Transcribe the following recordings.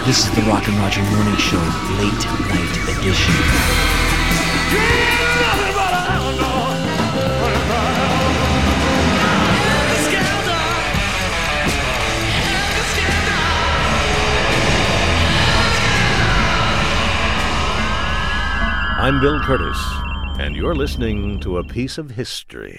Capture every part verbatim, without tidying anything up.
This is the Rock and Roger Morning Show, Late Night Edition. I'm Bill Curtis, and you're listening to A Piece of History.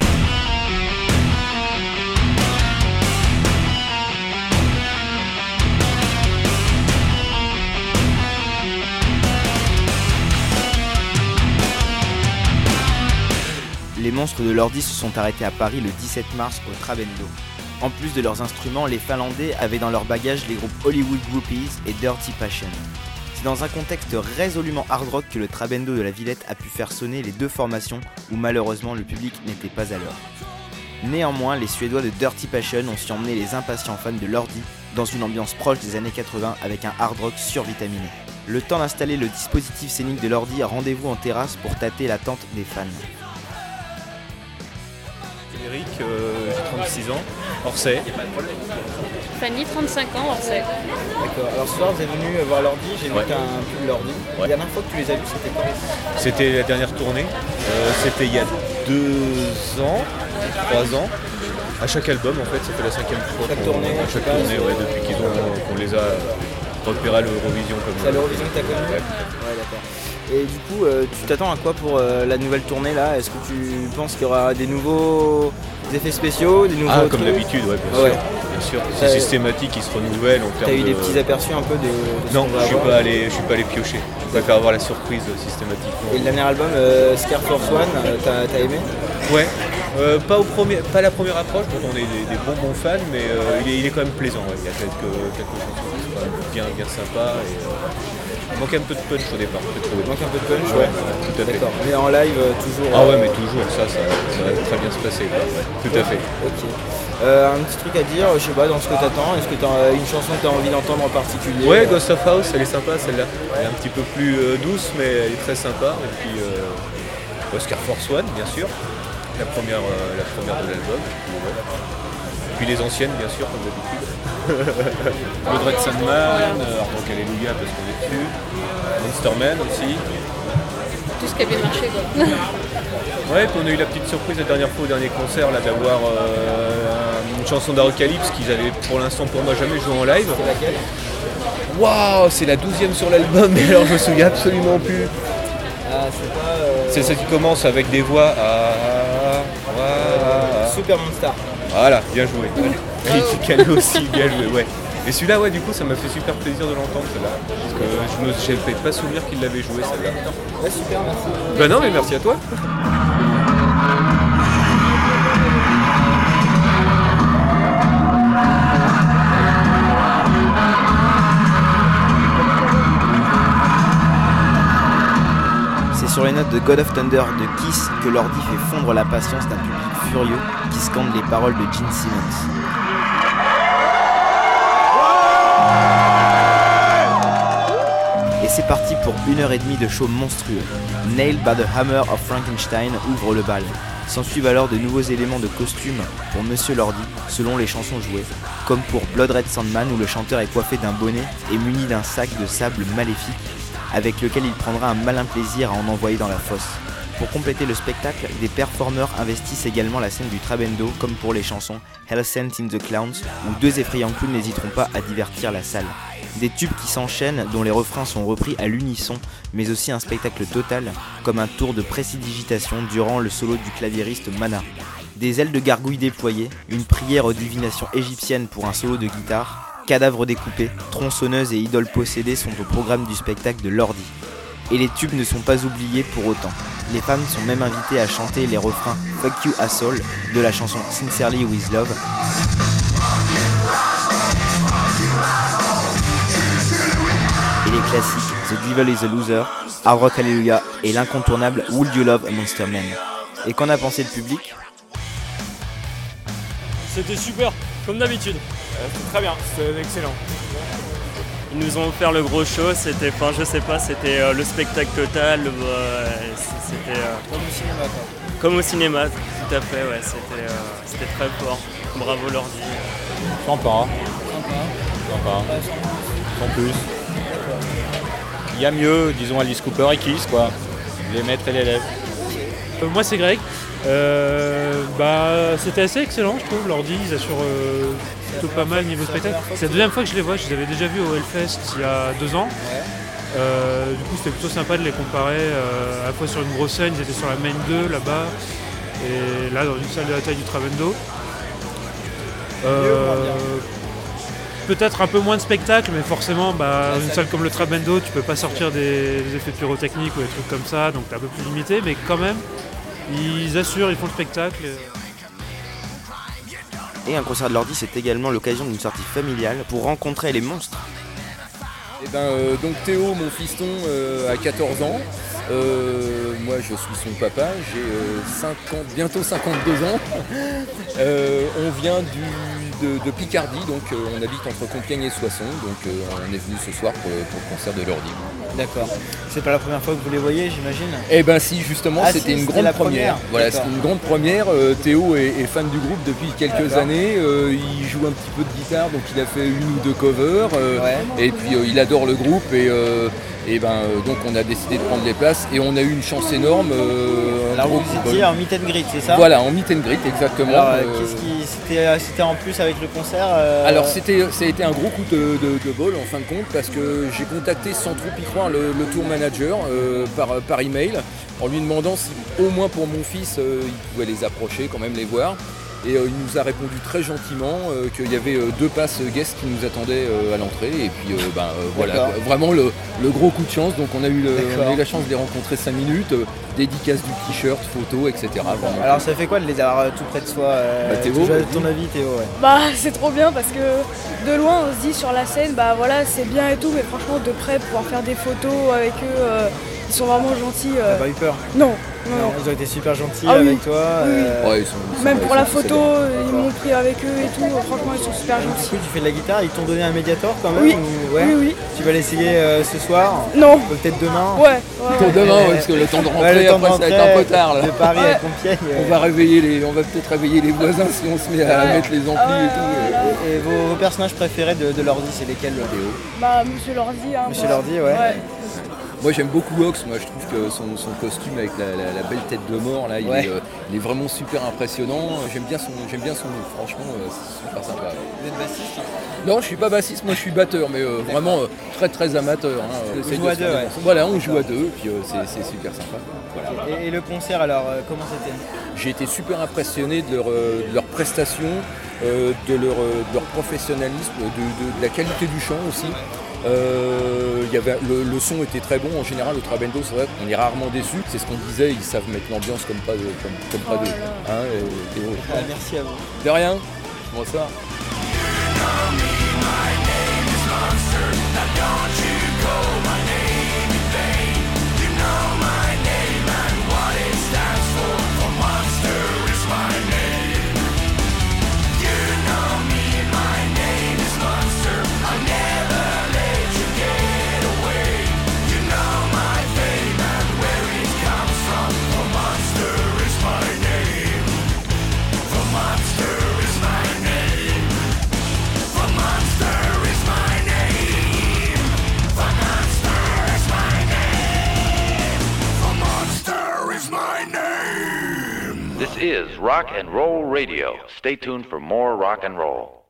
Les monstres de l'ordi se sont arrêtés à Paris le dix-sept mars au Trabendo. En plus de leurs instruments, les Finlandais avaient dans leur bagage les groupes Hollywood Groupies et Dirty Passion. C'est dans un contexte résolument hard rock que le Trabendo de la Villette a pu faire sonner les deux formations où malheureusement le public n'était pas à l'heure. Néanmoins, les Suédois de Dirty Passion ont su emmener les impatients fans de l'ordi dans une ambiance proche des années quatre-vingts avec un hard rock survitaminé. Le temps d'installer le dispositif scénique de l'ordi, rendez-vous en terrasse pour tâter l'attente des fans. Eric, euh, j'ai trente-six ans, Orsay. Fanny, trente-cinq ans, Orsay. D'accord, alors ce soir vous êtes venu voir l'ordi, j'ai vu Ouais. que t'as un pull l'ordi. Ouais. La dernière fois que tu les as vus, c'était quand? C'était la dernière tournée, euh, c'était il y a deux ans, trois ans. À chaque album en fait, ça fait la cinquième fois Chaque qu'on- tournée, à chaque je sais pas, tournée, c'est- ouais, depuis qu'ils ont, qu'on les a repérés à l'Eurovision comme C'est à l'Eurovision que t'as connu? Ouais. Ouais, d'accord. Et du coup, euh, tu t'attends à quoi pour euh, la nouvelle tournée là? Est-ce que tu penses qu'il y aura des nouveaux effets spéciaux, des nouveaux Ah, comme trucs? d'habitude, ouais, bien Ouais. sûr. Bien sûr, T'as- c'est systématique, ils se renouvellent en termes T'as eu de... des petits aperçus un peu de, de ce Non, qu'on va je suis avoir? pas allé, je suis pas allé piocher. Je préfère avoir la surprise euh, systématiquement. Et le dernier album, euh, Scare Force One, euh, t'as, t'as aimé? Ouais, euh, pas, au premier, pas la première approche, dont on est des, des bons bons fans, mais euh, il, est, il est quand même plaisant. Ouais. Il y a quelques, quelques chansons qui sont quand même bien, bien sympas. Et, euh, il manquait un peu de punch au départ, j'ai trouvé. Il manque un peu de punch, Ouais, ouais. tout à fait. D'accord. Mais en live, euh, toujours. Ah ouais, euh, mais toujours, ça, ça, ça va très bien se passer. Quoi. Tout à fait. Ok. Euh, un petit truc à dire, je sais pas, dans ce que t'attends, est-ce que t'as une chanson que t'as envie d'entendre en particulier? Ouais, Ghost of House, elle est sympa celle-là. Elle est un petit peu plus euh, douce, mais elle est très sympa. Et puis, euh, Oscar Force One, bien sûr. La première, euh, la première de l'album. Ouais. Puis les anciennes, bien sûr, comme d'habitude. Blood Red Sandman, euh, Hard Rock Hallelujah parce qu'on est dessus. Monsterman aussi. Tout ce qui a bien marché, quoi. Ouais, puis on a eu la petite surprise la dernière fois au dernier concert là, d'avoir euh, une chanson d'Apocalypse qu'ils avaient pour l'instant pour moi jamais joué en live. C'est laquelle? Waouh, c'est la douzième sur l'album, mais alors je me souviens absolument plus. Ah, c'est pas. euh, C'est celle qui commence avec des voix à... Super Monster. Voilà, bien joué. Magnifique Calais aussi, bien joué, ouais. Et celui-là, ouais, du coup, ça m'a fait super plaisir de l'entendre, celle-là. Parce que je me j'avais pas souvenir qu'il l'avait joué, celle-là. Ouais, super, merci. Bah non, mais merci à toi. C'est sur les notes de God of Thunder de Kiss que l'ordi fait fondre la patience d'un public furieux qui scande les paroles de Gene Simmons. Et c'est parti pour une heure et demie de show monstrueux. Nailed by the Hammer of Frankenstein ouvre le bal. S'ensuivent alors de nouveaux éléments de costume pour Monsieur Lordi, selon les chansons jouées, comme pour Blood Red Sandman où le chanteur est coiffé d'un bonnet et muni d'un sac de sable maléfique, avec lequel il prendra un malin plaisir à en envoyer dans la fosse. Pour compléter le spectacle, des performeurs investissent également la scène du Trabendo, comme pour les chansons Hell Sent in the Clowns, où deux effrayants clowns n'hésiteront pas à divertir la salle. Des tubes qui s'enchaînent, dont les refrains sont repris à l'unisson, mais aussi un spectacle total, comme un tour de précidigitation durant le solo du claviériste Mana. Des ailes de gargouilles déployées, une prière aux divinations égyptiennes pour un solo de guitare, cadavres découpés, tronçonneuses et idoles possédées sont au programme du spectacle de l'ordi. Et les tubes ne sont pas oubliés pour autant. Les fans sont même invités à chanter les refrains Fuck You Asshole de la chanson Sincerely With Love. Et les classiques The Devil is a Loser, Hard Rock Hallelujah et l'incontournable Would You Love a Monster Man. Et qu'en a pensé le public? C'était super, comme d'habitude. Euh, c'était très bien, c'était excellent. Ils nous ont offert le gros show, c'était, enfin je sais pas, c'était euh, le spectacle total, euh, c'était euh, Comme au cinéma quoi. comme au cinéma, tout à fait, ouais, c'était, euh, c'était très fort. Bravo l'ordi. Sympa. Sympa. Sympa. Ouais, sans plus. Sans plus. il y a mieux, disons Alice Cooper et Kiss, quoi. Les maîtres et l'élève. Euh, moi c'est Greg. Euh, bah, c'était assez excellent je trouve, l'ordi, ils assurent euh, plutôt pas mal niveau spectacle. C'est la deuxième fois que je les vois, je les avais déjà vus au Hellfest il y a deux ans. Euh, du coup c'était plutôt sympa de les comparer euh, à la fois sur une grosse scène, ils étaient sur la Main deux là-bas et là dans une salle de la taille du Trabendo. Euh, peut-être un peu moins de spectacle, mais forcément bah, dans une salle comme le Trabendo tu peux pas sortir des, des effets pyrotechniques ou des trucs comme ça, donc t'es un peu plus limité, mais quand même ils assurent, ils font le spectacle. Et un concert de l'ordi, c'est également l'occasion d'une sortie familiale pour rencontrer les monstres. Et ben, euh, donc Théo, mon fiston, euh, a quatorze ans. Euh, moi, je suis son papa. J'ai euh, cinquante, bientôt cinquante-deux ans. euh, on vient du, de, de Picardie, donc euh, on habite entre Compiègne et Soissons. Donc euh, on est venu ce soir pour, pour le concert de l'ordi. D'accord. C'est pas la première fois que vous les voyez, j'imagine ? Eh ben si, justement, ah, c'était si, une grande la première. première. Voilà, c'était une grande première. Euh, Théo est, est fan du groupe depuis quelques D'accord. années. Euh, il joue un petit peu de guitare, donc il a fait une ou deux covers. Euh, ouais. Et puis euh, il adore le groupe et, euh, et ben euh, donc on a décidé de prendre les places et on a eu une chance énorme. Euh, Alors gros, vous étiez en meet and greet, c'est ça ? Voilà, en meet and greet, exactement. Alors euh, Euh, qu'est-ce qui c'était, c'était en plus avec le concert euh... Alors c'était, ça a été un gros coup de, de, de bol en fin de compte parce que j'ai contacté sans trop y croire le, le tour manager euh, par, par email en lui demandant si au moins pour mon fils euh, il pouvait les approcher, quand même les voir. Et euh, il nous a répondu très gentiment euh, qu'il y avait euh, deux passes guests qui nous attendaient euh, à l'entrée. Et puis euh, ben, euh, voilà, vraiment le, le gros coup de chance. Donc on a eu, le, on a eu la chance de les rencontrer cinq minutes, euh, dédicace du t-shirt, photo, et cetera. Vraiment. Alors ça fait quoi de les avoir euh, tout près de soi euh, bah, Théo, tu, ton avis Théo ouais. Bah c'est trop bien parce que de loin on se dit sur la scène bah voilà c'est bien et tout, mais franchement de près pouvoir faire des photos avec eux, euh, ils sont vraiment gentils. Euh... T'as pas eu peur ? Non. Non, non, ils ont été super gentils ah, avec oui. toi. Oui. Euh... Ouais, ils sont, ils sont, Même ils pour sont la photo, ils m'ont pris avec eux et tout. Franchement, ils sont super gentils. Du coup, tu fais de la guitare, ils t'ont donné un Mediator quand même Oui, ou... ouais. oui, oui. Tu vas l'essayer euh, ce soir ? Non. Peut-être demain ? Ouais. ouais, ouais. Demain, ouais, parce que le temps de rentrer, ouais, temps après, de rentrer, ça va être un peu tard. Là. De Paris ouais. à Compiègne. On va réveiller les, on va peut-être réveiller les voisins si on se met à ouais. mettre les amplis ah ouais, et tout. Ouais, et, et vos, vos personnages préférés de, de l'ordi, c'est lesquels, Théo ? Bah, Monsieur Lordi. Hein, Monsieur Lordi, ouais. ouais. Moi j'aime beaucoup Ox, moi je trouve que son, son costume avec la, la, la belle tête de mort là, il, ouais. est, euh, il est vraiment super impressionnant. J'aime bien son, j'aime bien son look, franchement euh, c'est super sympa. Vous êtes bassiste ? Non, je suis pas bassiste, moi je suis batteur, mais euh, vraiment euh, très très amateur. Hein. On joue à deux, ouais. Voilà, on joue à deux, puis euh, c'est, c'est super sympa. Voilà. Et, et le concert alors, euh, comment c'était ? J'ai été super impressionné de leur, euh, de leur prestation, euh, de, leur, euh, de leur professionnalisme, de, de, de la qualité du chant aussi. Euh, y avait, le, le son était très bon en général au Trabendo, c'est vrai qu'on est rarement déçu, c'est ce qu'on disait, ils savent mettre l'ambiance comme pas, de, comme, comme pas deux. Hein, et, et, ah, merci à vous. De rien, bonsoir. This is Rock and Roll Radio. Stay tuned for more rock and roll.